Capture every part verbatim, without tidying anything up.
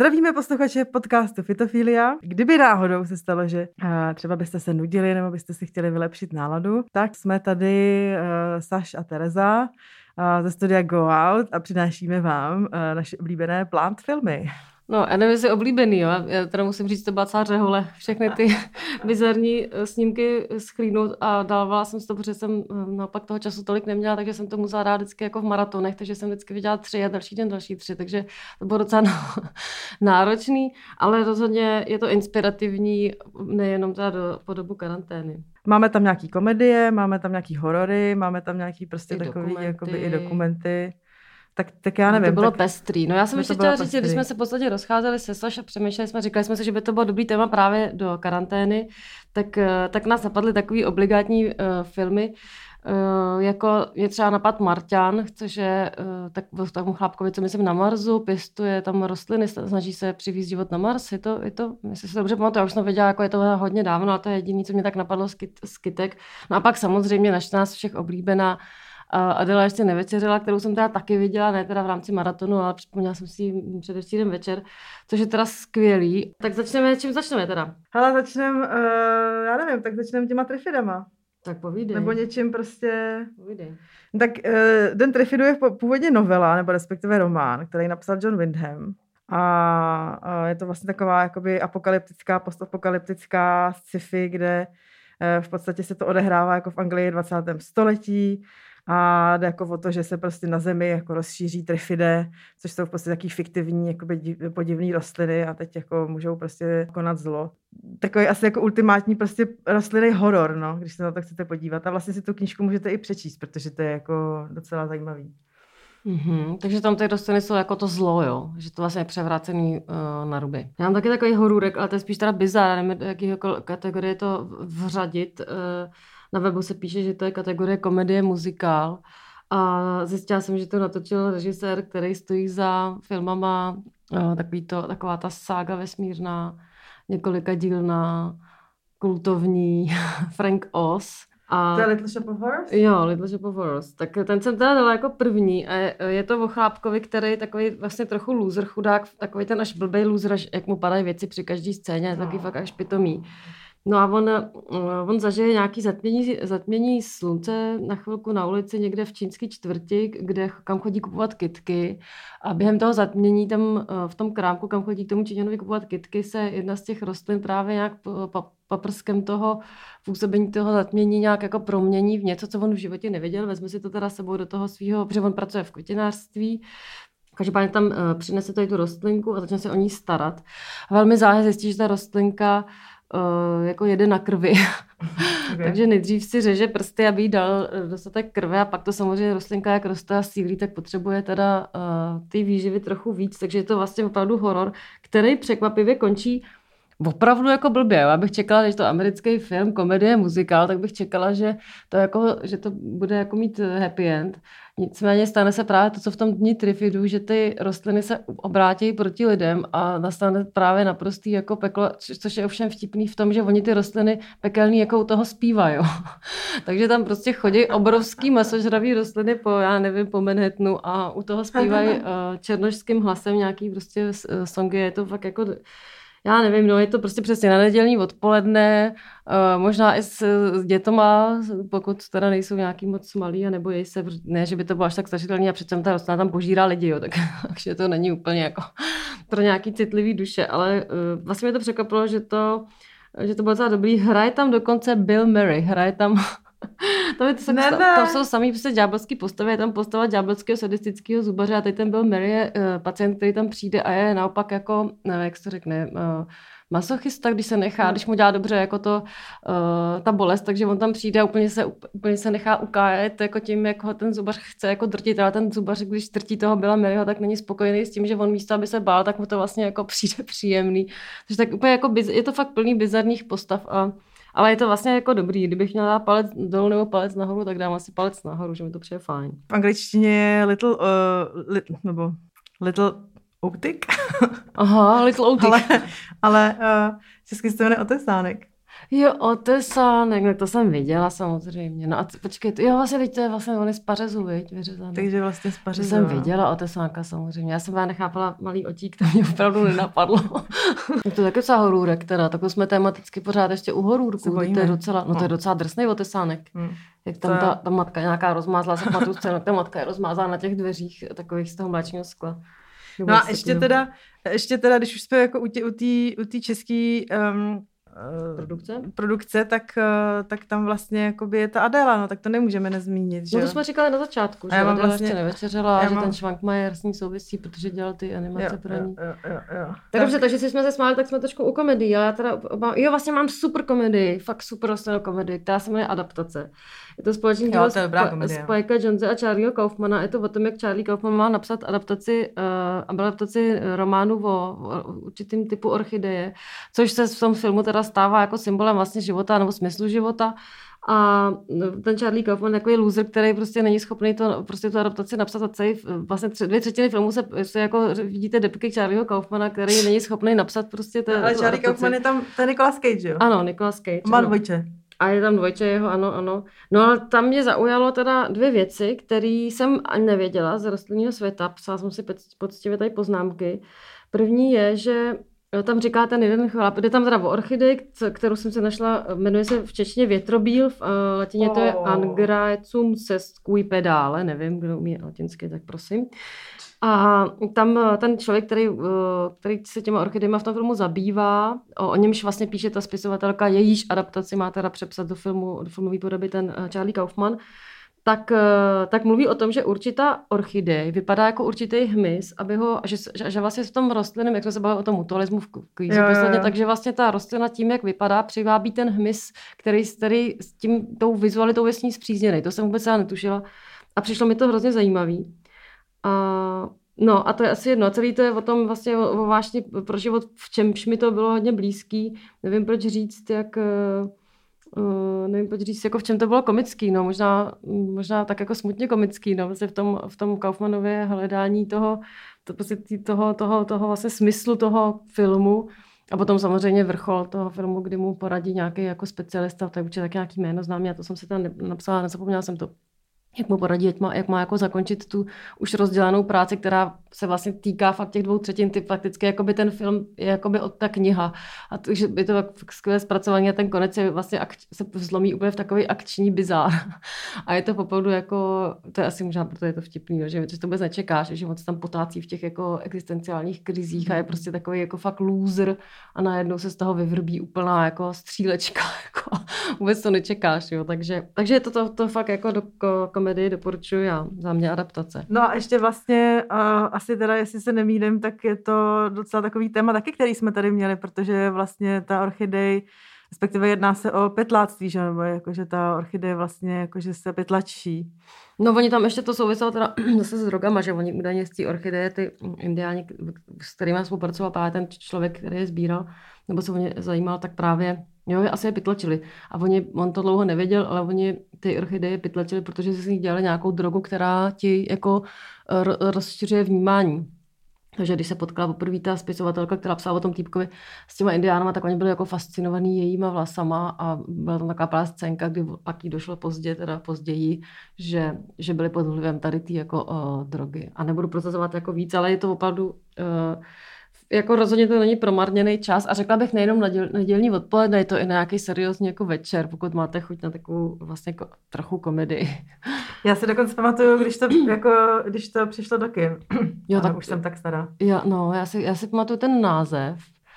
Zdravíme posluchače podcastu Fitofilia. Kdyby náhodou se stalo, že uh, třeba byste se nudili nebo byste si chtěli vylepšit náladu, tak jsme tady uh, Saš a Tereza uh, ze studia Go Out a přinášíme vám uh, naše oblíbené Plant filmy. No, já nevím, jestli oblíbený, jo. Já teda musím říct, to byla celá řehole. Všechny ty bizarní snímky schlídnout a dávala jsem si to, protože jsem naopak toho času tolik neměla, takže jsem to musela dát vždycky jako v maratonech, takže jsem vždycky viděla tři a další den další tři, takže to bylo docela náročný, ale rozhodně je to inspirativní nejenom teda do, po dobu karantény. Máme tam nějaký komedie, máme tam nějaký horory, máme tam nějaký prostě I takový dokumenty. Jakoby i dokumenty. Tak, tak já nevím. To bylo tak... pestrý. No já jsem ještě chtěla říct, že když jsme se v podstatě rozcházeli se Saš a přemýšleli jsme, říkali jsme si, že by to bylo dobrý téma právě do karantény, tak, tak nás napadly takový obligátní uh, filmy, uh, jako je třeba napad Marťan, což je uh, tak, takovému chlápkovi, co myslím na Marsu, pěstuje tam rostliny, snaží se přivést život na Mars. Je to, je to, jestli se to dobře pamatuju, já už jsem věděla, jako je to hodně dávno, ale to je jediné, co mě tak napadlo z, kyt, z kytek. No a pak samozřejmě naš nás všech oblíbená Adela ještě nevečeřila, kterou jsem teda taky viděla, ne teda v rámci maratonu, ale připomněla jsem si ji předevčírem večer, což je teda skvělý. Tak začneme, čím začneme teda? Hele, začneme, uh, já nevím, tak začneme těma trifidama. Tak povídej. Nebo něčím prostě... Povídej. Tak uh, Den trifidu je původně novela, nebo respektive román, který napsal John Wyndham. A uh, je to vlastně taková jakoby apokalyptická, postapokalyptická sci-fi, kde uh, v podstatě se to odehrává jako v Anglii dvacátém století. A jde jako o to, že se prostě na Zemi jako rozšíří trifide, což jsou v podstatě takový fiktivní, jakoby podivný rostliny a teď jako můžou prostě konat zlo. Takový asi jako ultimátní prostě rostlinný horor, no, když se na to chcete podívat. A vlastně si tu knížku můžete i přečíst, protože to je jako docela zajímavý. Mm-hmm. Takže tam ty rostliny jsou jako to zlo, jo? Že to vlastně je převrácený uh, na ruby. Já mám taky takový horůrek, ale to je spíš teda bizár, nevím, do jakého kategorie to vřadit. Uh, Na webu se píše, že to je kategorie komedie muzikál a zjistila jsem, že to natočil režisér, který stojí za filmama, takový to, taková ta sága vesmírná, několika dílná, kultovní, Frank Oz. A to je Little Shop of Horrors? Jo, Little Shop of Horrors. Tak ten jsem teda dala jako první a je, je to o chlápkovi, který je takový vlastně trochu loser, chudák, takový ten až blbej loser, jak mu padají věci při každé scéně, je takový fakt až pitomý. No a on, on zažije nějaký zatmění, zatmění slunce na chvilku na ulici někde v čínské čtvrti, kde, kam chodí kupovat kytky. A během toho zatmění tam v tom krámku, kam chodí k tomu Číňanovi kupovat kytky, se jedna z těch rostlin právě nějak paprskem toho působení toho zatmění nějak jako promění v něco, co on v životě nevěděl. Vezme si to teda sebou do toho svého, protože on pracuje v květinářství. Každopádně tam uh, přinese tady tu rostlinku a začne se o ní starat. A velmi záhy zjistí, že ta rostlinka Uh, jako jede na krvi. Okay. Takže nejdřív si řeže prsty, aby jí dal dostatek krve a pak to samozřejmě rostlinka, jak roste a sílí, tak potřebuje teda uh, ty výživy trochu víc, takže je to vlastně opravdu horor, který překvapivě končí opravdu jako blbě. Já bych čekala, že to americký film, komedie, muzikál, tak bych čekala, že to, jako, že to bude jako mít happy end. Nicméně stane se právě to, co v tom dni trifidu, že ty rostliny se obrátí proti lidem a nastane právě naprostý jako peklo, což je ovšem vtipný v tom, že oni ty rostliny pekelný jako u toho zpívají. Takže tam prostě chodí obrovský masožravý rostliny po, já nevím, po Manhattanu a u toho zpívají uh, černošským hlasem nějaký prostě uh, songy. Je to fakt jako... Já nevím, no je to prostě přesně na nedělní odpoledne, uh, možná i s, s dětoma, pokud teda nejsou nějaký moc malý a nebojí se, ne, že by to bylo až tak strašidelný a přitom ta rostlina tam požírá lidi, jo, tak, takže to není úplně jako pro nějaký citlivý duše, ale uh, vlastně mě to překvapilo, že to, že to bylo docela dobrý. Hraje tam dokonce Bill Murray, hraje tam... Tam, je to, ne, ne. tam jsou samý prostě ďábelský postavy, je tam postava ďábelského sadistického zubaře a teď ten Bill Murray je uh, pacient, který tam přijde a je naopak jako, nevím, jak se to řekne, uh, masochista, když se nechá, když mu dělá dobře jako to, uh, ta bolest, takže on tam přijde a úplně se, úplně se nechá ukájet jako tím, jak ho ten zubař chce jako drtit, ale ten zubař, když drtí toho Billa Murrayho, tak není spokojený s tím, že on místo, aby se bál, tak mu to vlastně jako přijde příjemný. Takže tak úplně jako, je to fakt plný bizarních postav a ale je to vlastně jako dobrý. Kdybych měla dát palec dolů nebo palec nahoru, tak dám asi palec nahoru, že mi to přijde fajn. V angličtině je little, uh, li, nebo little outik. Aha, little outik. ale ale uh, česky se jmenuje otesánek. Jo, otesánek, no to jsem viděla samozřejmě. No a t- počkej, jo, vlastně teď to je vlastně on je z Pařezu, viď, vyřezaný. Takže vlastně z Pařezu. To jsem viděla otesánka samozřejmě. Já jsem vám nechápala malý otík, to mě opravdu nenapadlo. To je taky docela horůrek teda, tak jsme tematicky pořád ještě u horůrků. To je docela, no to je docela drsnej otesánek. Hmm. Jak tam ta, ta matka nějaká rozmázla, se pamatuju scénu, ta matka je rozmázla na těch dveřích takových z toho mléčního skla. No a ještě teda, ještě teda, když už jsme jako u té české um, produkce, produkce tak, tak tam vlastně jakoby je ta Adéla, no tak to nemůžeme nezmínit. Že? No to jsme říkali na začátku, že Adéla vlastně, ještě nevečeřela a že mám... ten Švankmajer s ní souvisí, protože dělal ty animace jo, pro ní. Jo, jo, jo. Tak, tak dobře, takže si jsme se smáli, tak jsme trošku u komedii, ale já teda, jo vlastně mám super komedii, fakt super rostnou komedii, která se jmenuje Adaptace. Je to společný dílo Spikea Jonese a Charlieho Kaufmana. Je to o tom, jak Charlie Kaufman má napsat adaptaci, uh, adaptaci románu o, o určitým typu orchideje, což se v tom filmu teda stává jako symbolem vlastně života nebo smyslu života. A ten Charlie Kaufman jako je loser, který prostě není schopný to, prostě tu adaptaci napsat a celý, vlastně tři, dvě třetiny filmu se, se jako vidíte depky Charlieho Kaufmana, který není schopný napsat prostě ten. Ale Charlie Kaufman je tam, ten Nicolas Cage, jo? Ano, Nicolas Cage. Má dvojče. A je tam dvojče jeho, ano, ano. No ale tam mě zaujalo teda dvě věci, které jsem ani nevěděla z rostlinného světa. Psala jsem si poctivě tady poznámky. První je, že tam říká ten jeden chlap, jde tam teda o orchidej, kterou jsem si našla, jmenuje se v češtině větrobíl, v latině to je Angraecum sesquipedále, nevím, kdo umí latinsky, tak prosím. A tam ten člověk, který, který se těma orchidejma v tom filmu zabývá, o, o němž vlastně píše ta spisovatelka, jejíž adaptaci má teda přepsat do filmu, do filmové podoby ten Charlie Kaufman, tak, tak mluví o tom, že určitá orchidej vypadá jako určitý hmyz, aby ho, že, že, že vlastně v tom rostlinném, jak jsme se bavili o tom mutualismu v kvízi posledně, takže vlastně ta rostlina tím, jak vypadá, přivábí ten hmyz, který, který s tím tou vizualitou je s ní zpřízněný. To jsem vůbec já netušila a přišlo mi to hrozně zajímavý. A, no a to je asi jedno. A celý to je o tom vlastně o, o vášni pro život, v čemž mi to bylo hodně blízký. Nevím, proč říct, jak... Uh, nevím, proč říct, jako v čem to bylo komický, no, možná, možná tak jako smutně komický, no, vlastně v tom, v tom Kaufmanově hledání toho, to, prostě toho, toho, toho vlastně smyslu toho filmu a potom samozřejmě vrchol toho filmu, kdy mu poradí nějaký jako specialista, tak určitě taky nějaký jméno známý, a to jsem si tam napsala, nezapomněla jsem to. Jak mu poradí, jak má, jak má jako zakončit tu už rozdělanou práci, která se vlastně týká fakt těch dvou třetin, ty fakticky jakoby ten film je jakoby od ta kniha. A to, že je to skvělé zpracování a ten konec je vlastně ak, se zlomí úplně v takový akční bizár. A je to opravdu jako, to je asi možná, proto je to vtipný, že to vůbec nečekáš, že on se tam potácí v těch jako existenciálních krizích a je prostě takový jako fakt loser a najednou se z toho vyvrbí úplná jako střílečka. Jako, vůbec to nečekáš, jo. Takže, takže je to, to, to fakt jako do komedii doporučuji já, za mě adaptace. No a ještě vlastně, uh, asi teda, jestli se nemýlím, tak je to docela takový téma taky, který jsme tady měli, protože vlastně ta orchidej, respektive jedná se o pytláctví, že nebo jakože ta orchidej vlastně jakože se pytlačí. No oni tam ještě to souviselo teda zase s drogama, že oni údajně z té orchideje, ty indiáni, s kterými spolupracoval právě ten člověk, který je sbíral, nebo se o ně zajímal, tak právě jo, asi je pytlačili. A oni, on to dlouho nevěděl, ale oni ty orchideje pytlačili, protože si z nich dělali nějakou drogu, která ti jako rozšiřuje vnímání. Takže když se potkala poprvé ta spisovatelka, která psala o tom týpkovi s těma indiánama, tak oni byli jako fascinovaní jejíma vlasama a byla tam taková právě scénka, kdy pak jí došlo pozdě, teda později, že, že byli pod vlivem tady ty jako uh, drogy. A nebudu procesovat jako víc, ale je to opravdu uh, jako rozhodně to není promarněný čas a řekla bych nejenom neděl, nedělní odpoledne, je to i nějaký seriózní jako večer, pokud máte chuť na takovou vlastně ko, trochu komedii. Já si dokonce pamatuju, když to, jako, když to přišlo do kin. Jo, tak už jsem tak stará. Já, no, já si, já si pamatuju ten název,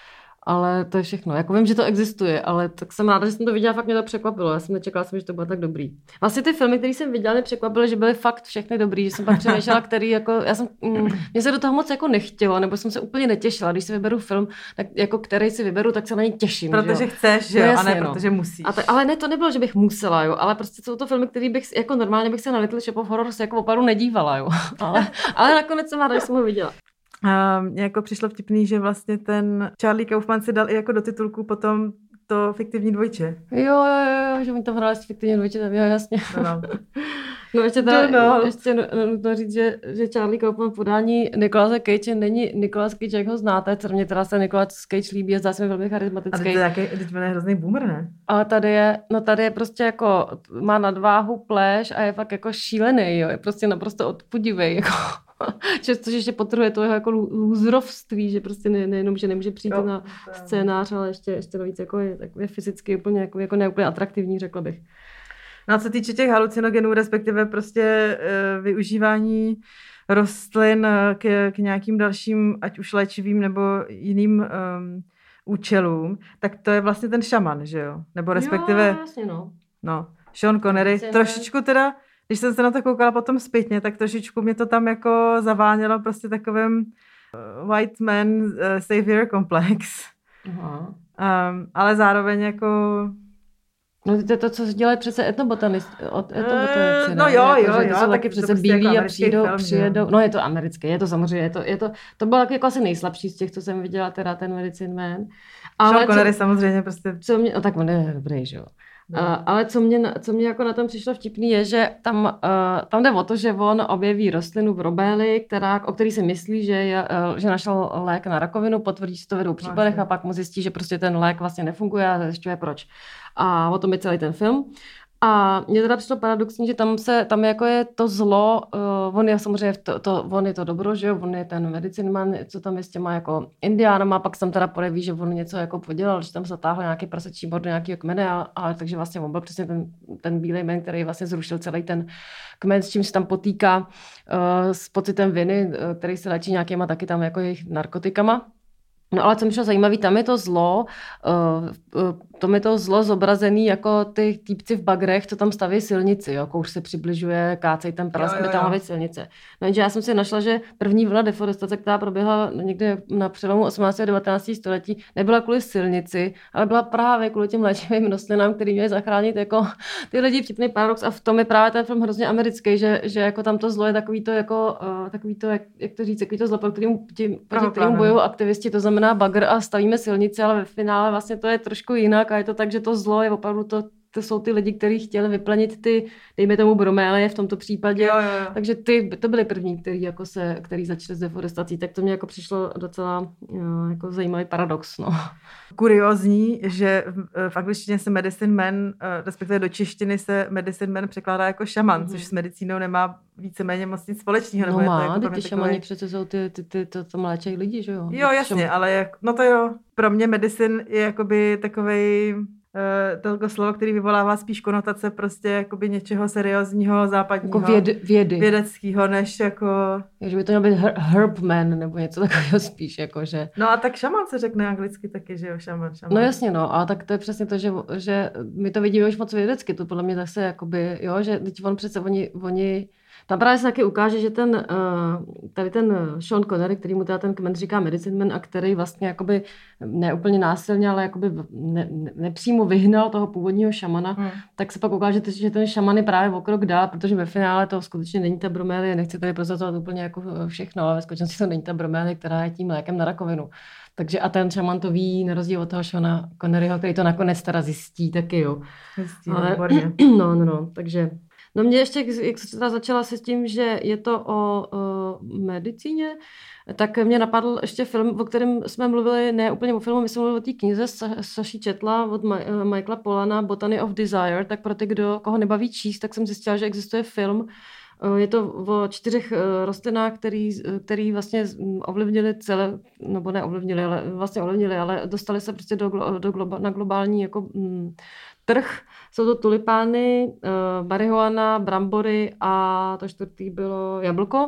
ale to je všechno. Jako vím, že to existuje, ale tak jsem ráda, že jsem to viděla, fakt mě to překvapilo. Já jsem nečekala, jsem, že to bylo tak dobrý. Vlastně ty filmy, které jsem viděla, mě překvapily, že byly fakt všechny dobrý, že jsem pak přemýšlela, který jako, já jsem, mm, mě se do toho moc jako nechtělo, nebo jsem se úplně netěšila. Když si vyberu film, tak jako který si vyberu, tak se na něj těším. Protože že chceš, že no, jo, jasně, a ne no. protože musíš. A tak, ale ne, to nebylo, že bych musela, jo, ale prostě jsou to filmy, které bych jako normálně bych se na Little Shop of Horrors jako opravdu nedívala, jo. Ale, ale nakonec jsem ráda, že jsem ho viděla. A mně jako přišlo vtipný, že vlastně ten Charlie Kaufman si dal i jako do titulku potom to fiktivní dvojče. Jo, jo, jo, že oni tam hráli s fiktivní dvojče, jo, jasně. No, no. No ještě, ta, no. ještě nutno říct, že, že Charlie Kaufman podání Nicolase Cage není Nicolas Cage, jak ho znáte, co mě teda se Nicolas Cage líbí a zdá se mi velmi charismatický. A teď to je, jaký, teď je hrozný boomer, ne? Ale tady je, no tady je prostě jako, má nadváhu, pléž a je fakt jako šílený, jo, je prostě naprosto odpudivý, jako. Což ještě potrhuje to jeho jako lůzrovství, že prostě ne, nejenom, že nemůže přijít jo, na scénář, ale ještě, ještě navíc jako je, tak je fyzicky úplně jako, jako neúplně atraktivní, řekla bych. No a co týče těch halucinogenů, respektive prostě uh, využívání rostlin k, k nějakým dalším, ať už léčivým nebo jiným um, účelům, tak to je vlastně ten šaman, že jo? Nebo respektive... Jo, jasně, no. No, Sean Connery. Jasně, trošičku teda, když jsem se na to koukala potom zpětně, tak trošičku mě to tam jako zavánělo prostě takovým uh, white man uh, savior complex. Aha. Um, ale zároveň jako... No to je to, co dělají přece etnobotanist, etnobotanici, no jo, jako, jo, že jo, jsou taky přece bílí jako a přijdou, film, přijedou, no je to americké, je to samozřejmě, je to, je to, to bylo jako asi nejslabší z těch, co jsem viděla, teda ten Medicine Man. Ale Sean Connery samozřejmě prostě. Co mě, no tak on je dobrý, že jo. No. Uh, ale co mě, co mě jako na tom přišlo vtipný je, že tam, uh, tam jde o to, že on objeví rostlinu v Robéli, která, o který si myslí, že, je, uh, že našel lék na rakovinu, potvrdí si to ve dvou případech a pak mu zjistí, že prostě ten lék vlastně nefunguje a zjišťuje proč. A o tom je celý ten film. A mně teda přišlo paradoxní, že tam se, tam jako je to zlo, uh, on je samozřejmě, to, to, on je to dobro, že jo, on je ten medicine man, co tam je s těma jako indiánama, pak jsem teda podeví, že on něco jako podělal, že tam zatáhl nějaký prasečí bord do nějakého kmene, ale, ale takže vlastně on byl přesně ten, ten bílej man, který vlastně zrušil celý ten kmen, s čím se tam potýká uh, s pocitem viny, uh, který se léčí nějakýma taky tam jako jejich narkotikama. No ale co mi šlo zajímavý, tam je to zlo, uh, uh, tam je to zlo zobrazený jako ty týpci v bagrech, co tam staví silnici, jo, kouř se přibližuje, kácej ten pras, aby tam mohla být silnice. No jenže já jsem si našla, že první vlna deforestace, která proběhla někde na přelomu osmnáctého a devatenáctého století, nebyla kvůli silnici, ale byla právě kvůli těm léčivým rostlinám, který měly zachránit jako ty lidi, vtipný paradox, a v tom je právě ten film hrozně americký, že, že jako tam to zlo je takový to jako, uh, takový to, jak, jak to říct, takový to zlo, proti kterému bojují aktivisti, to znamená bagr a stavíme silnici, ale ve finále vlastně to je trošku jinak a je to tak, že to zlo je opravdu to, to jsou ty lidi, kteří chtěli vyplnit ty, dejme tomu bromélie v tomto případě, jo, jo, jo. Takže ty, to byly první, který, jako se, který začali s deforestací, tak to mě jako přišlo docela jo, jako zajímavý paradox. No. Kuriózní, že v, v angličtině se medicine man, respektive do češtiny se medicine man překládá jako šaman, mm-hmm. což s medicínou nemá víceméně moc nic společného. No nebo má, je to jako ty takový... šamani přece jsou ty, ty, ty, to tam léčají lidi, že jo? Jo, jasně, šam... ale jak, no to jo, pro mě medicine je jakoby takovej uh, to slovo, který vyvolává spíš konotace prostě jakoby něčeho seriózního, západního, jako věd, vědy. vědeckého, než jako... Je, že by to měl být her, herbman, nebo něco takového spíš, jako že... No a tak šaman se řekne anglicky taky, že jo, šaman, šaman. No jasně, no, a tak to je přesně to, že, že my to vidíme už moc vědecky, to podle mě zase jakoby, jo, že teď on přece, oni, oni tam právě se taky ukáže, že ten, tady ten Sean Connery, který mu teda ten kmen říká medicine man a který vlastně jakoby neúplně násilně, ale jakoby ne, ne, nepřímo vyhnal toho původního šamana, hmm. tak se pak ukáže, že ten šaman je právě o krok dál, protože ve finále to skutečně není ta bromélie, nechci tady prozatovat úplně jako všechno, ale ve skutečnosti to není ta bromélie, která je tím lékem na rakovinu. Takže a ten šaman to ví, na rozdíl od toho Seana Conneryho, který to nakonec teda zjistí taky, jo. Zjistí, ale, no, no, no, takže... No mě ještě, jak se teda začala se s tím, že je to o, o medicíně, tak mě napadl ještě film, o kterém jsme mluvili, ne úplně o filmu, my jsme mluvili o té knize Saši Četla od Ma- Michaela Pollana, Botany of Desire, tak pro ty, kdo, koho nebaví číst, tak jsem zjistila, že existuje film. Je to o čtyřech rostlinách, který, který vlastně ovlivnili celé, nebo ne ovlivnili, ale vlastně ovlivnili, ale dostali se prostě do, do globa, na globální jako mm, trh. Jsou to tulipány, uh, marihuana, brambory a to čtvrtý bylo jablko.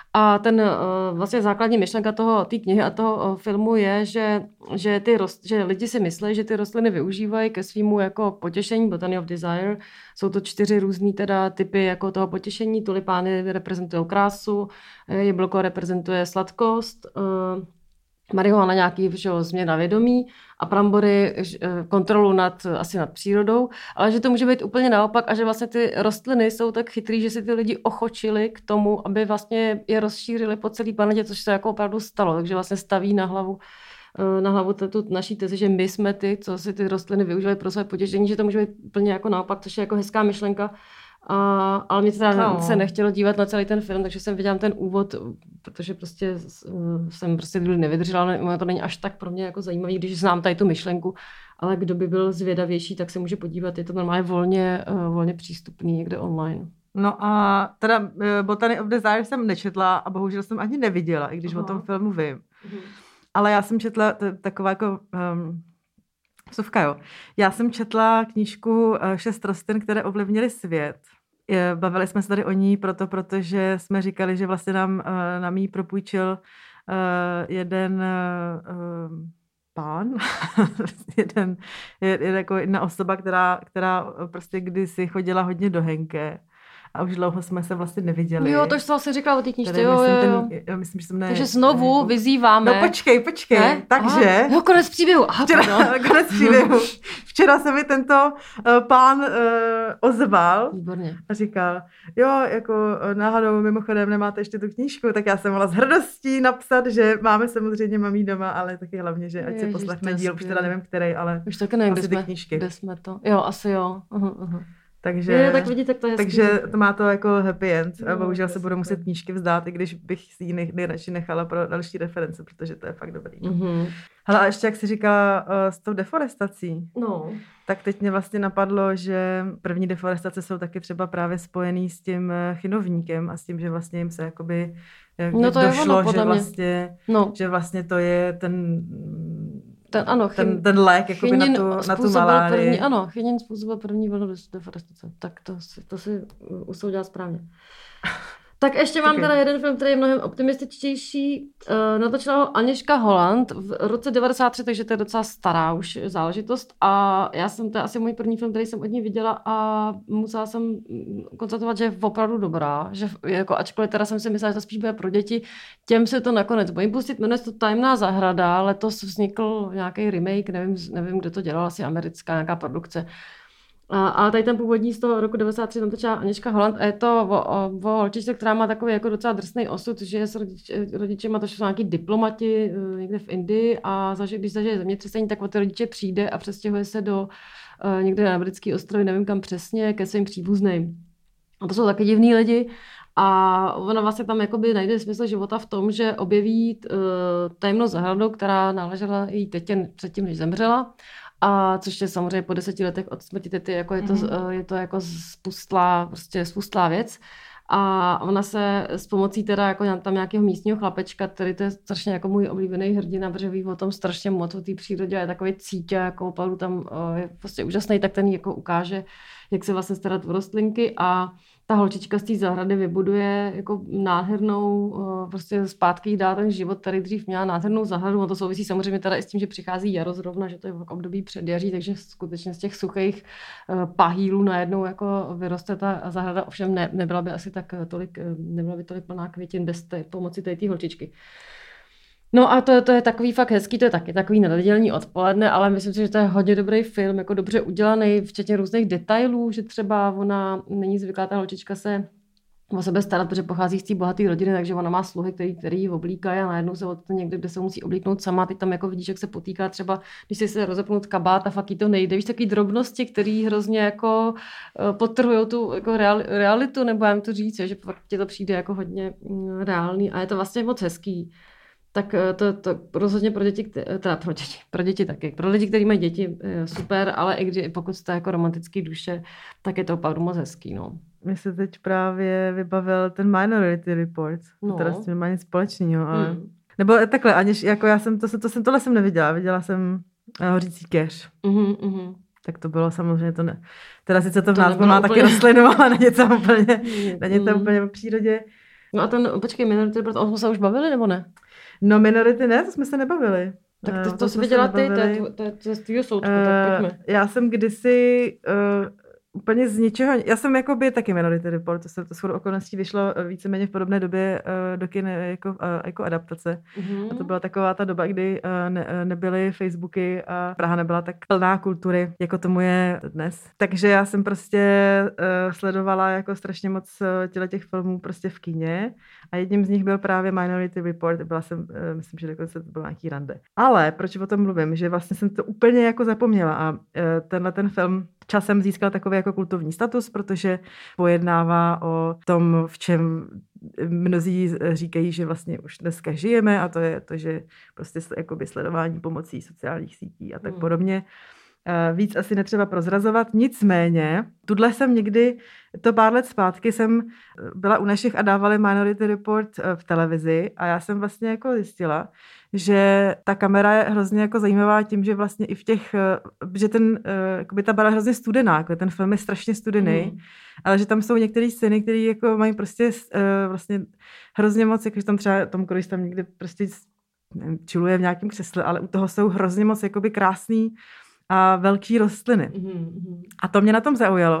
A ten uh, vlastně základní myšlenka toho té knihy a toho uh, filmu je, že, že, ty rost, že lidi si myslí, že ty rostliny využívají ke svýmu jako potěšení, Botany of Desire. Jsou to čtyři různý teda typy jako toho potěšení. Tulipány reprezentují krásu, jablko reprezentuje sladkost, uh, marihuana nějaký že, změna vědomí a brambory kontrolu nad, asi nad přírodou, ale že to může být úplně naopak a že vlastně ty rostliny jsou tak chytrý, že si ty lidi ochočili k tomu, aby vlastně je rozšířili po celé planetě, což se jako opravdu stalo, takže vlastně staví na hlavu na hlavu tu naší tezi, že my jsme ty, co si ty rostliny využili pro své potěšení, že to může být úplně jako naopak, což je jako hezká myšlenka. A, ale mě teda no. se nechtělo dívat na celý ten film, takže jsem viděla ten úvod, protože prostě jsem prostě nevydržela, ale to není až tak pro mě jako zajímavý, když znám tady tu myšlenku, ale kdo by byl zvědavější, tak se může podívat, je to normálně volně, volně přístupný někde online. No a teda uh, Botany of Desire jsem nečetla a bohužel jsem ani neviděla, i když Aha. o tom filmu vím. Mhm. Ale já jsem četla t- taková jako... Um, Suvka, jo. Já jsem četla knížku Šest rostlin, které ovlivnily svět. Bavili jsme se tady o ní proto, protože jsme říkali, že vlastně nám, nám jí propůjčil jeden pán, jeden, jeden jako jedna osoba, která, která prostě kdysi chodila hodně do Henke. A už dlouho jsme se vlastně neviděli. Jo, to už jsem vlastně říkala o té knížce, jo, jo, jo. Ten, já myslím, že jsem ne... Takže znovu ne, vyzýváme. No počkej, počkej, ne? takže... Aha. Jo, konec příběhu. Aha, včera, konec příběhu. Včera se mi tento uh, pán uh, ozval. Výborně. A říkal, jo, jako náhodou mimochodem nemáte ještě tu knížku, tak já jsem mohla s hrdostí napsat, že máme samozřejmě mamí doma, ale taky hlavně, že ať Ježiš, se poslechne díl, už teda nevím, který, ale už taky nevím, asi kde ty jsme, knížky. Kde jsme to? Jo, asi jo. Uh-huh, uh-huh. Takže, je, tak vidíte, tak to je takže to má to jako happy end. A no, bohužel se budu muset knížky vzdát, i když bych si ji nej, nejradši nechala pro další reference, protože to je fakt dobrý. Mm-hmm. Hele, a ještě jak jsi říkala uh, s tou deforestací, no. tak teď mě vlastně napadlo, že první deforestace jsou taky třeba právě spojený s tím chinovníkem a s tím, že vlastně jim se jakoby no to došlo, je ono, že, vlastně, no. že vlastně to je ten... Ten, ano, ten, chyn, ten lék jakoby na tu, na tu malárii. První, ano, chynin způsobil první vlnu deforestace. Tak to si, to si usoudila správně. Tak ještě mám teda jeden film, který je mnohem optimističtější. Uh, natočila ho Anežka Holland v roce devadesát tři, takže to je docela stará už záležitost. A já jsem, to je asi můj první film, který jsem od ní viděla a musela jsem konstatovat, že je opravdu dobrá. Že jako, ačkoliv teda jsem si myslela, že to spíš bude pro děti, těm se to nakonec bojím pustit. Jmenuje se to Tajemná zahrada, letos vznikl nějaký remake, nevím, nevím, kdo to dělal, asi americká nějaká produkce. Ale tady ten původní z toho roku devadesát tři tam točila Anežka Holland a je to o, o, o holčičce, která má takový jako docela drsný osud, že je s rodič, rodičema, to jsou nějaký diplomati někde v Indii a zaži, když zažije zemětřesení, tak o ty rodiče přijde a přestěhuje se do někde na britský ostrovy, nevím kam přesně, ke svým příbuzným. A to jsou taky divný lidi. A ona vlastně tam jakoby najde smysl života v tom, že objeví uh, tajemnou zahradu, která náležela její tetě předtím, než zemřela. A což je samozřejmě po deseti letech od smrti tety, jako je to, mm-hmm. je to jako spustlá, prostě spustlá věc. A ona se s pomocí teda jako tam nějakého místního chlapečka, který to je strašně jako můj oblíbený hrdina, protože ví o tom strašně moc o té přírodě a je takový cítě, jako opravdu tam je prostě úžasný, tak ten jako ukáže, jak se vlastně starat o rostlinky a ta holčička z té zahrady vybuduje jako nádhernou, prostě zpátky jí dá ten život, který dřív měla nádhernou zahradu. A to souvisí samozřejmě teda i s tím, že přichází jaro zrovna, že to je v období předjaří, takže skutečně z těch suchých pahýlů najednou jako vyroste ta zahrada. Ovšem ne, nebyla by asi tak tolik, nebyla by tolik plná květin bez té pomoci té holčičky. No a to, to je takový fakt hezký, to je taky takový nedělní odpoledne, ale myslím si, že to je hodně dobrý film, jako dobře udělaný, včetně různých detailů, že třeba ona není zvyklá, ta holčička se o sebe starat, protože pochází z té bohaté rodiny, takže ona má sluhy, který, který ji oblíkají a najednou se od někde, kde se musí oblíknout sama, ty tam jako vidíš, jak se potýká třeba, když si se rozepnout kabát a fakt jí to nejde. Víš, takový drobnosti, které hrozně jako podtrhujou tu jako real, realitu, nebo já jim to říct, že fakt ti to přijde jako hodně reálný a je to vlastně moc hezký. Tak to, to rozhodně pro děti, teda pro děti, pro děti taky. Pro lidi, kteří mají děti, super, ale i když, pokud jste jako romantický duše, tak je to opravdu moc hezký, no. Mně se teď právě vybavil ten Minority Report, no. Teda s tím nemá nic společného, ale... Hmm. Nebo takhle, aniž, jako já jsem, to, to, to jsem, tohle jsem neviděla, viděla jsem Hořící keř. Mhm, mhm. Tak to bylo samozřejmě to ne. Teda sice to v názvu má úplně... taky rostlinu, ale není to úplně, není to úplně v přírodě. No a ten, počkej, Minority Report, o tom se už bavili, nebo ne? No Minority ne, to jsme se nebavili. Tak to, to, to jsi viděla ty, to je z tvýho soudku, uh, tak pojďme. Já jsem kdysi uh, úplně z ničeho, já jsem jakoby taky Minority Report, to se to shodou okolností vyšlo víceméně v podobné době uh, do kin jako, uh, jako adaptace. Uh-huh. A to byla taková ta doba, kdy uh, ne, nebyly Facebooky a Praha nebyla tak plná kultury, jako tomu je dnes. Takže já jsem prostě uh, sledovala jako strašně moc těle těch filmů prostě v kině a jedním z nich byl právě Minority Report. Byla jsem, uh, myslím, že dokonce to byl nějaký rande. Ale proč o tom mluvím? Že vlastně jsem to úplně jako zapomněla a uh, tenhle ten film časem získal takový jako jako kultovní status, protože pojednává o tom, v čem mnozí říkají, že vlastně už dneska žijeme, a to je to, že prostě jakoby sledování pomocí sociálních sítí a tak hmm. podobně. Víc asi netřeba prozrazovat, nicméně, tudle jsem někdy, to pár let zpátky jsem byla u našich a dávali Minority Report v televizi a já jsem vlastně jako zjistila, že ta kamera je hrozně jako zajímavá tím, že vlastně i v těch, že ten, jakoby ta barva je hrozně studená, jako ten film je strašně studený, mm. ale že tam jsou některé scény, které jako mají prostě vlastně hrozně moc, jakože tam třeba Tom Cruise tam někdy prostě nevím, čiluje v nějakém křesle, ale u toho jsou hrozně moc jakoby krásný a velký rostliny. Mm-hmm. A to mě na tom zaujalo.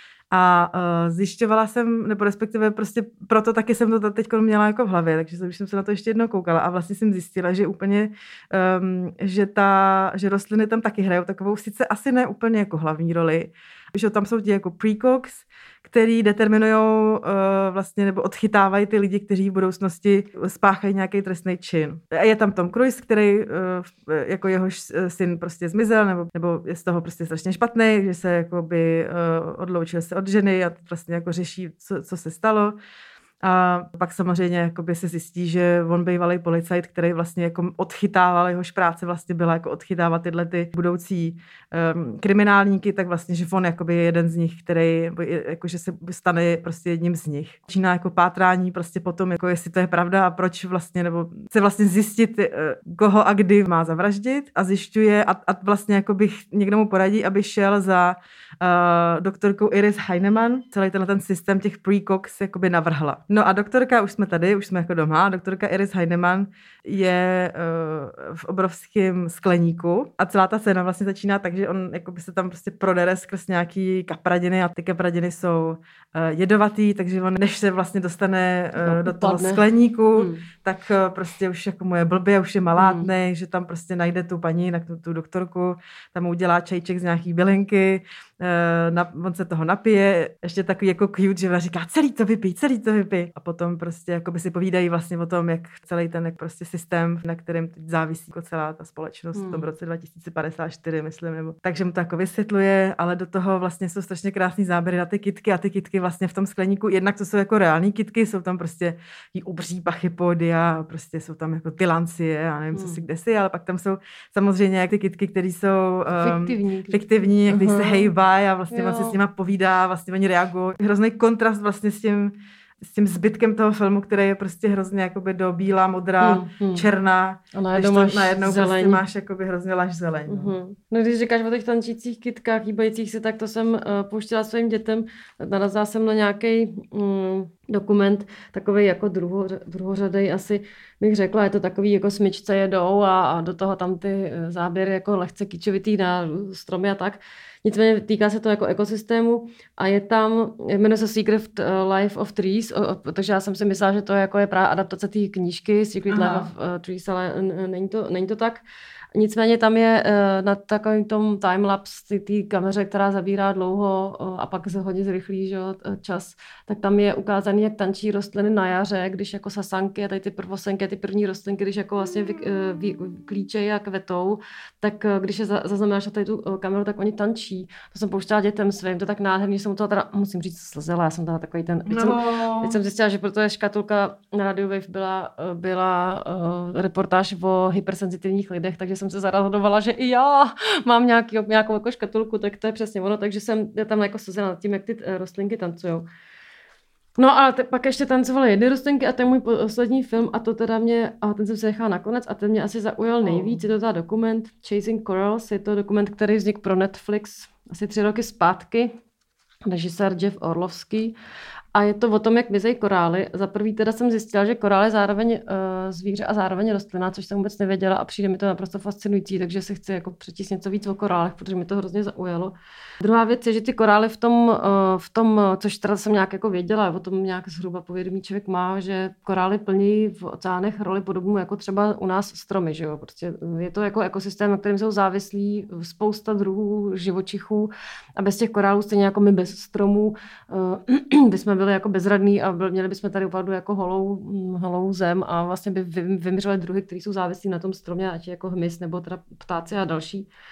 A uh, zjišťovala jsem, nebo respektive prostě proto taky jsem to teď měla jako v hlavě, takže už jsem se na to ještě jednou koukala a vlastně jsem zjistila, že úplně, um, že, ta, že rostliny tam taky hrajou takovou, sice asi ne úplně jako hlavní roli, že tam jsou ti jako precogs, který determinujou uh, vlastně nebo odchytávají ty lidi, kteří v budoucnosti spáchají nějaký trestný čin. A je tam Tom Cruise, který uh, jako jehož syn prostě zmizel, nebo, nebo je z toho prostě strašně špatný, že se jakoby uh, odloučil se od ženy a vlastně jako řeší, co, co se stalo. A pak samozřejmě jakoby se zjistí, že on bývalý policajt, který vlastně jako odchytával, jehož práce vlastně byla jako odchytávat tyhle ty budoucí um, kriminálníky, tak vlastně, že on jakoby je jeden z nich, který jakože se stane prostě jedním z nich. Začíná jako pátrání prostě potom, jako jestli to je pravda a proč vlastně, nebo chce vlastně zjistit, koho a kdy má zavraždit a zjišťuje a, a vlastně jakoby někdo mu poradí, aby šel za uh, doktorkou Iris Heinemann, celý tenhle ten systém těch precogs jakoby navrhla. No a doktorka, už jsme tady, už jsme jako doma, doktorka Iris Heinemann je uh, v obrovském skleníku a celá ta scéna vlastně začíná tak, že on jakoby se tam prostě prodere skrz nějaký kapradiny a ty kapradiny jsou uh, jedovatý, takže on než se vlastně dostane uh, do toho skleníku, hmm. tak uh, prostě už jako mu je blbě, už je malátnej, hmm. že tam prostě najde tu paní, tu, tu doktorku, tam mu udělá čajček z nějaký bylinky, uh, na, on se toho napije, ještě takový jako cute, že říká celý to vypij, celý to vypij. A potom prostě jakoby si povídají vlastně o tom, jak celý ten jak prostě systém, na kterém závisí jako celá ta společnost hmm. v tom roce dva tisíce padesát čtyři, myslím. Nebo. Takže mu to jako vysvětluje, ale do toho vlastně jsou strašně krásný záběry na ty kytky a ty kytky vlastně v tom skleníku, jednak to jsou jako reální kytky, jsou tam prostě jí ubří pachypodia, prostě jsou tam jako tylancie, já nevím, hmm. co si kde si, ale pak tam jsou samozřejmě jak ty kytky, které jsou um, fiktivní, fiktivní jak uh-huh. se hejbají a vlastně on se s nima povídá, vlastně oni reagují. Hrozný kontrast vlastně s tím s tím zbytkem toho filmu, který je prostě hrozně jakoby do bílá, modrá, hmm, hmm. černá. A najednou máš najednou zeleň. Prostě máš jakoby hrozně laž zeleň. No. Uh-huh. No když říkáš o těch tančících kytkách, hýbajících se, tak to jsem uh, pouštěla svým dětem. Narazila jsem na nějaký um, dokument, takový jako druho, druhořadej asi bych řekla, je to takový jako smyčce jedou a, a do toho tam ty záběry jako lehce kyčovitý na stromy a tak. Nicméně týká se to jako ekosystému a je tam, jmenuje se Secret Life of Trees, takže já jsem si myslela, že to je, jako je právě adaptace té knížky Secret Aha. Life of Trees, ale není to, není to tak. Nicméně tam je na takovém tom timelapse té kameře, která zabírá dlouho a pak se hodně zrychlí, že, čas, tak tam je ukázaný, jak tančí rostliny na jaře, když jako sasanky a tady ty prvosenky, ty první rostlinky, když jako vlastně vy, vy, klíčejí a kvetou, tak když je zaznamenáš na tady tu kameru, tak oni tančí. To jsem pouštěla dětem svým, to tak nádherně, jsem to teda, musím říct, slzela, já jsem teda takový ten, teď, no. jsem, teď jsem zjistila, že proto je škatulka na Radio Wave byla, byla uh, reportáž o hypersenzitivních lidech, takže jsem se zaradovala, že i já mám nějaký, nějakou jako škatulku, tak to je přesně ono, takže jsem tam jako slzela nad tím, jak ty rostlinky tancujou. No a te, pak ještě tancovaly jedny rostlinky a to je můj poslední film a to teda mě, a ten jsem se nechala nakonec a ten mě asi zaujal nejvíc, je to teda dokument Chasing Corals, je to dokument, který vznikl pro Netflix asi tři roky zpátky, režisér Jeff Orlovský. A je to o tom, jak mizejí korály. Za prvý teda jsem zjistila, že korál je zároveň uh, zvíře a zároveň rostlina, což jsem vůbec nevěděla a přijde mi to naprosto fascinující, takže se chci jako přečíst něco víc o korálech, protože mi to hrozně zaujalo. Druhá věc je, že ty korály v tom, uh, v tom což teda jsem nějak jako věděla, o tom nějak zhruba povědomí člověk má, že korály plní v oceánech roli podobnou jako třeba u nás stromy. Že jo? Prostě je to jako ekosystém, na kterém jsou závislí spousta druhů živočichů a bez těch korálů, stejně jako my bez stromů, uh, bychom byli jako bezradný a byl, měli bychom tady opravdu jako holou, holou zem a vlastně by vymřely druhy, které jsou závislí na tom stromě, ať je jako hmyz nebo teda ptáci a další.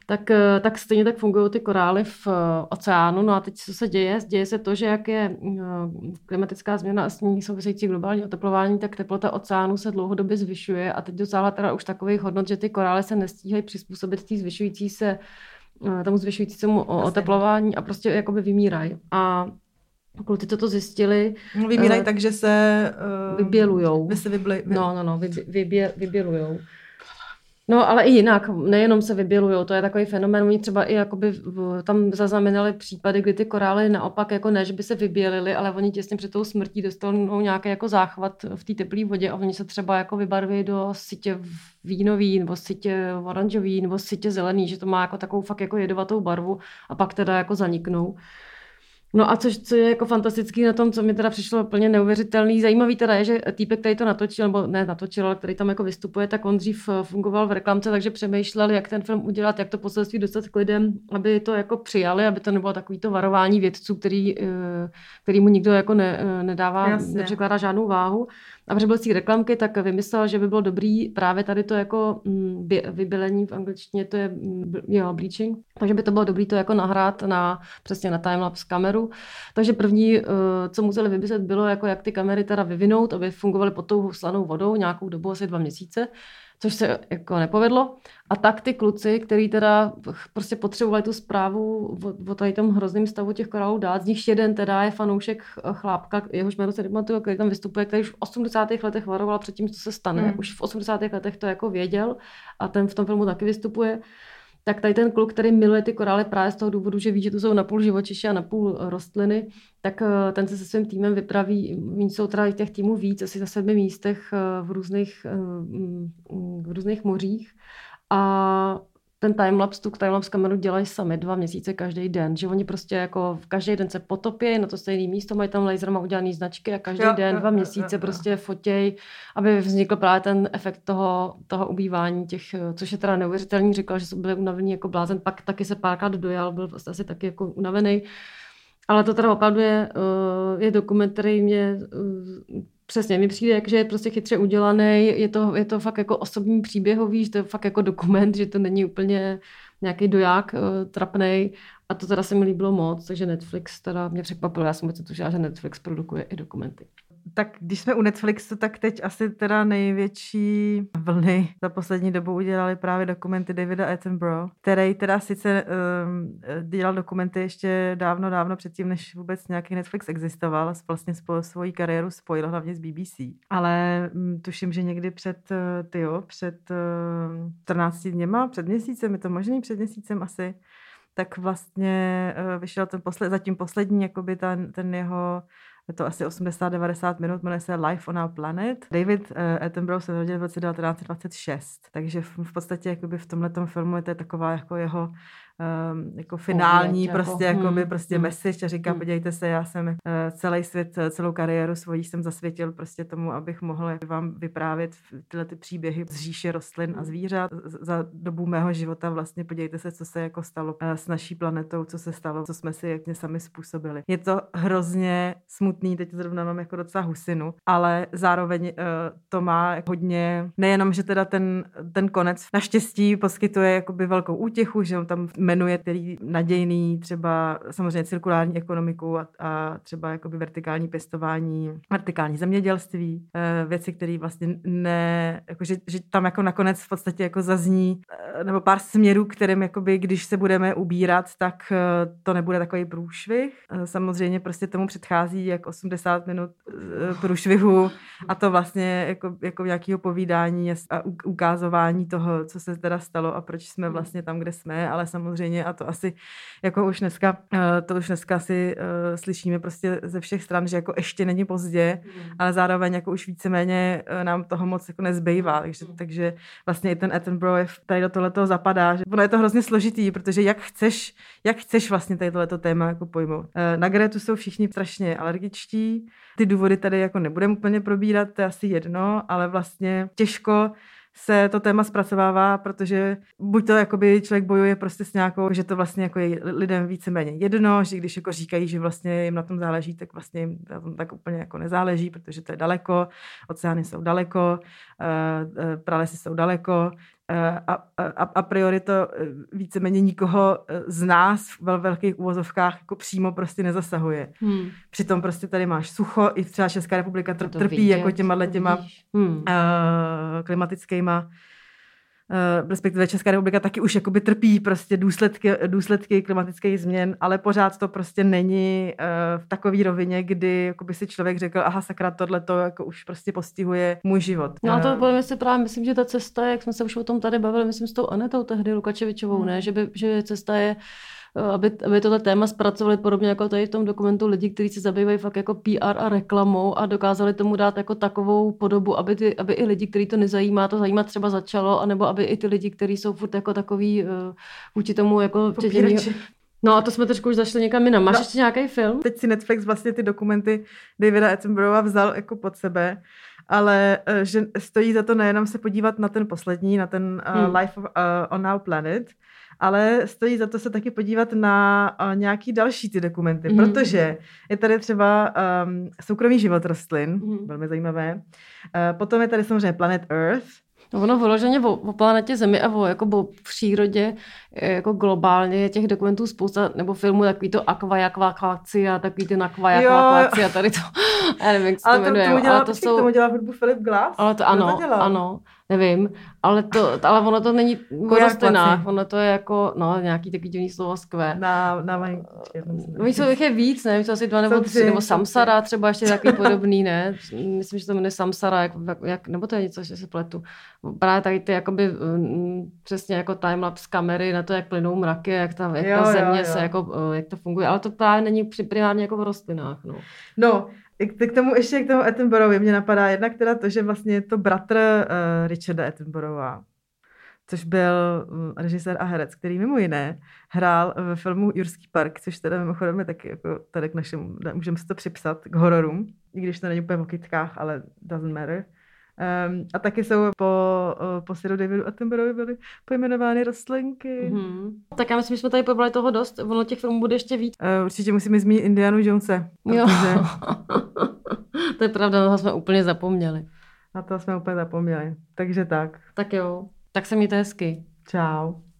tak, tak stejně tak fungují ty korály v oceánu. No a teď co se děje? Děje se to, že jak je klimatická změna a s ní související globální oteplování, tak teplota oceánu se dlouhodobě zvyšuje a teď dosáhla teda už takových hodnot, že ty korály se nestíhají přizpůsobit té zvyšující se, tomu zvyšující se oteplování a prostě jakoby vymírají. A kluci to zjistili. No, vymírají uh, tak, že se uh, vybělujou. Vy se vybli, vy... No, no, no, vybě, vybě, vybělujou. No, ale i jinak, nejenom se vybělujou, to je takový fenomén, oni třeba i jakoby v, tam zaznamenali případy, kdy ty korály naopak jako ne, že by se vybělily, ale oni těsně před tou smrtí dostanou nějaký jako záchvat v té teplé vodě a oni se třeba jako vybarví do sytě vínový, nebo sytě oranžový, nebo sytě zelený, že to má jako takovou fakt jako jedovatou barvu a pak teda jako zaniknou. No a což, co je jako fantastický na tom, co mi teda přišlo úplně neuvěřitelný, zajímavý teda je, že týpek, který to natočil, nebo ne natočil, ale který tam jako vystupuje, tak on dřív fungoval v reklamce, takže přemýšlel, jak ten film udělat, jak to poselství dostat k lidem, aby to jako přijali, aby to nebylo takový to varování vědců, který, který mu nikdo jako ne, nedává, Jasně. nepřekládá žádnou váhu. A protože byl z té reklamky, tak vymyslel, že by bylo dobrý právě tady to jako vybělení v angličtině, to je jo, bleaching, takže by to bylo dobrý to jako nahrát na, přesně na timelapse kameru. Takže první, co museli vymyslet, bylo, jako jak ty kamery teda vyvinout, aby fungovaly pod tou slanou vodou nějakou dobu, asi dva měsíce, což se jako nepovedlo. A tak ty kluci, který teda prostě potřebovali tu zprávu o, o tady tom hrozném stavu těch korálů dát, z nich jeden teda je fanoušek Chlápka, jehož jméno se nepamatuju, který tam vystupuje, který už v osmdesátých letech varoval před tím, co se stane. Hmm. Už v osmdesátých letech to jako věděl a ten v tom filmu taky vystupuje. Tak tady ten kluk, který miluje ty korály právě z toho důvodu, že ví, že to jsou napůl živočiši a napůl rostliny, tak ten se se svým týmem vypraví, jsou teda těch týmů víc, asi na sedmi místech v různých, v různých mořích. A ten timelapse, tu timelapse kameru dělají sami dva měsíce každý den, že oni prostě jako každý den se potopí na to stejné místo, mají tam laserama udělané značky a každý jo, den, jo, dva jo, měsíce jo, jo. prostě fotěj, aby vznikl právě ten efekt toho, toho ubývání těch, což je teda neuvěřitelný, říkal, že jsou byli unavení jako blázen, pak taky se párkrát dojal, byl vlastně asi taky jako unavený. Ale to teda opravdu je, je dokument, který mě přesně mi přijde, že je prostě chytře udělaný, je to, je to fakt jako osobní příběhový, že to je fakt jako dokument, že to není úplně nějaký doják trapnej a to teda se mi líbilo moc, takže Netflix teda mě překvapilo, já jsem vůbec netušila, že Netflix produkuje i dokumenty. Tak když jsme u Netflixu, tak teď asi teda největší vlny za poslední dobu udělali právě dokumenty Davida Attenborough, který teda sice um, dělal dokumenty ještě dávno, dávno předtím, než vůbec nějaký Netflix existoval, vlastně svoji kariéru spojil hlavně s B B C. Ale um, tuším, že někdy před, uh, tyjo, před uh, čtrnácti dněma, před měsícem, je to možný, před měsícem asi, tak vlastně uh, vyšel ten posled, zatím poslední, jakoby ten, ten jeho je to asi osmdesát devadesát minut, jmenuje se Life on Our Planet. David uh, Attenborough se narodil v roce devatenáct dvacet šest, takže v, v podstatě jakoby v tomhletom filmu je to taková jako jeho um, jako finální Pověď, prostě, jako, jakoby, hmm, prostě hmm. message a říká, hmm. podívejte se, já jsem uh, celý svět, celou kariéru svojí jsem zasvětil prostě tomu, abych mohl jak, vám vyprávět tyhle ty příběhy z říše rostlin a zvířat. Za dobu mého života vlastně podívejte se, co se jako stalo uh, s naší planetou, co se stalo, co jsme si jak mě sami způsobili. Je to hrozně smutný, teď zrovna mám jako docela husinu, ale zároveň uh, to má hodně, nejenom, že teda ten, ten konec naštěstí poskytuje jakoby velkou útěchu, že on tam jmenuje který nadějný třeba samozřejmě cirkulární ekonomiku a, a třeba jakoby vertikální pěstování, vertikální zemědělství, uh, věci, které vlastně ne, jako, že, že tam jako nakonec v podstatě jako zazní uh, nebo pár směrů, kterým jakoby, když se budeme ubírat, tak uh, to nebude takový průšvih. Uh, samozřejmě prostě tomu předchází jak osmdesát minut průšvihu a to vlastně jako, jako nějakého povídání a ukázování toho, co se teda stalo a proč jsme vlastně tam, kde jsme, ale samozřejmě a to asi jako už dneska, to už dneska si uh, slyšíme prostě ze všech stran, že jako ještě není pozdě, ale zároveň jako už víceméně nám toho moc jako nezbývá, takže, takže vlastně i ten Attenborough tady do tohleto zapadá, že ono je to hrozně složitý, protože jak chceš, jak chceš vlastně tady tohleto téma jako pojmout. Uh, na Gretu jsou všichni strašně alergičtí. Ty důvody tady jako nebudeme úplně probírat, to je asi jedno, ale vlastně těžko se to téma zpracovává, protože buď to jakoby člověk bojuje prostě s nějakou, že to vlastně jako je lidem víceméně jedno, že když jako říkají, že vlastně jim na tom záleží, tak vlastně jim na tom tak úplně jako nezáleží, protože to je daleko, oceány jsou daleko, pralesy jsou daleko, a, a, a priori to víceméně nikoho z nás ve velkých úvozovkách jako přímo prostě nezasahuje. Hmm. Přitom prostě tady máš sucho, i třeba Česká republika tr- trpí vidět, jako těma těma hmm. uh, klimatickýma Uh, respektive Česká republika taky už jakoby trpí prostě důsledky, důsledky klimatických změn, ale pořád to prostě není uh, v takové rovině, kdy jakoby si člověk řekl, aha sakra, tohleto jako už prostě postihuje můj život. No a to uh, si právě myslím, že ta cesta, jak jsme se už o tom tady bavili, myslím s tou Anetou tehdy Lukačevičovou, hmm. ne, že, by, že cesta je Aby, aby tohle téma zpracovali podobně jako tady v tom dokumentu lidi, kteří se zabývají fakt jako P R a reklamou a dokázali tomu dát jako takovou podobu, aby, ty, aby i lidi, kteří to nezajímá, to zajímat třeba začalo, anebo aby i ty lidi, kteří jsou furt jako takový uh, vůči tomu jako četění. No a to jsme trošku už zašli někam jinam. Máš no, ještě nějaký film? Teď si Netflix vlastně ty dokumenty Davida Attenborougha vzal jako pod sebe, ale že stojí za to nejenom se podívat na ten poslední, na ten uh, hmm. Life of, uh, on Our Planet, ale stojí za to se taky podívat na uh, nějaký další ty dokumenty, mm. protože je tady třeba um, soukromý život rostlin, mm. velmi zajímavé. Uh, potom je tady samozřejmě Planet Earth. No ono vyloženě o, o planetě Zemi a o, jako o přírodě jako globálně je těch dokumentů spousta, nebo filmů takový to akvajakváci a takový ty nakvajakváci a tady to, já nevím, jak se to jmenuje. Ale to, ale to jsou... tomu dělá hudbu Philip Glass? Ale to ano, to ano, nevím, ale, to, ale ono to není o rostlinách, ono to je jako, no, nějaký takový divný slovo skvé. Na, na vajíčky. No, myslím, že je víc, ne, to asi dva nebo tři, nebo Samsara třeba ještě takový podobný, ne, myslím, že to jmenuje Samsara, jak, jak, nebo to je něco, že se pletu. Právě tady ty jakoby m, přesně jako timelapse kamery na to, jak plynou mraky, jak ta, jak jo, ta země jo, jo. se jako, jak to funguje, ale to právě není primárně jako v rostlinách, no. No, k tomu ještě k tomu Attenborovi mě napadá jednak teda to, že vlastně je to bratr uh, Richarda Attenborova, což byl um, režisér a herec, který mimo jiné hrál ve filmu Jurský park, což teda mimochodem je taky jako tady k našemu, můžeme si to připsat k hororům, i když to není úplně o kytkách, ale doesn't matter. Um, a taky jsou po, po Siru Davidu Attenborovi byly pojmenovány rostlinky. Mm-hmm. Tak já myslím, že jsme tady pobrali toho dost. Ono těch filmů bude ještě víc. Uh, určitě musíme zmínit Indianu Jonese. Jo. To je pravda, toho jsme úplně zapomněli. Na to jsme úplně zapomněli. Takže tak. Tak jo. Tak se mějte hezky. Čau.